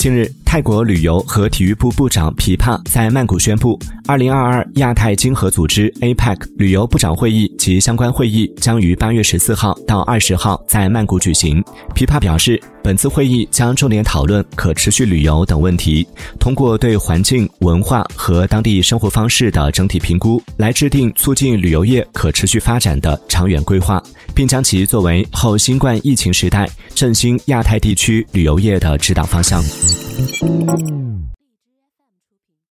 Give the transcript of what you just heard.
近日，泰国旅游和体育部部长皮帕在曼谷宣布，2022亚太经合组织 APEC 旅游部长会议及相关会议将于8月14号到20号在曼谷举行。皮帕表示，本次会议将重点讨论可持续旅游等问题，通过对环境、文化和当地生活方式的整体评估，来制定促进旅游业可持续发展的长远规划，并将其作为后新冠疫情时代振兴亚太地区旅游业的指导方向。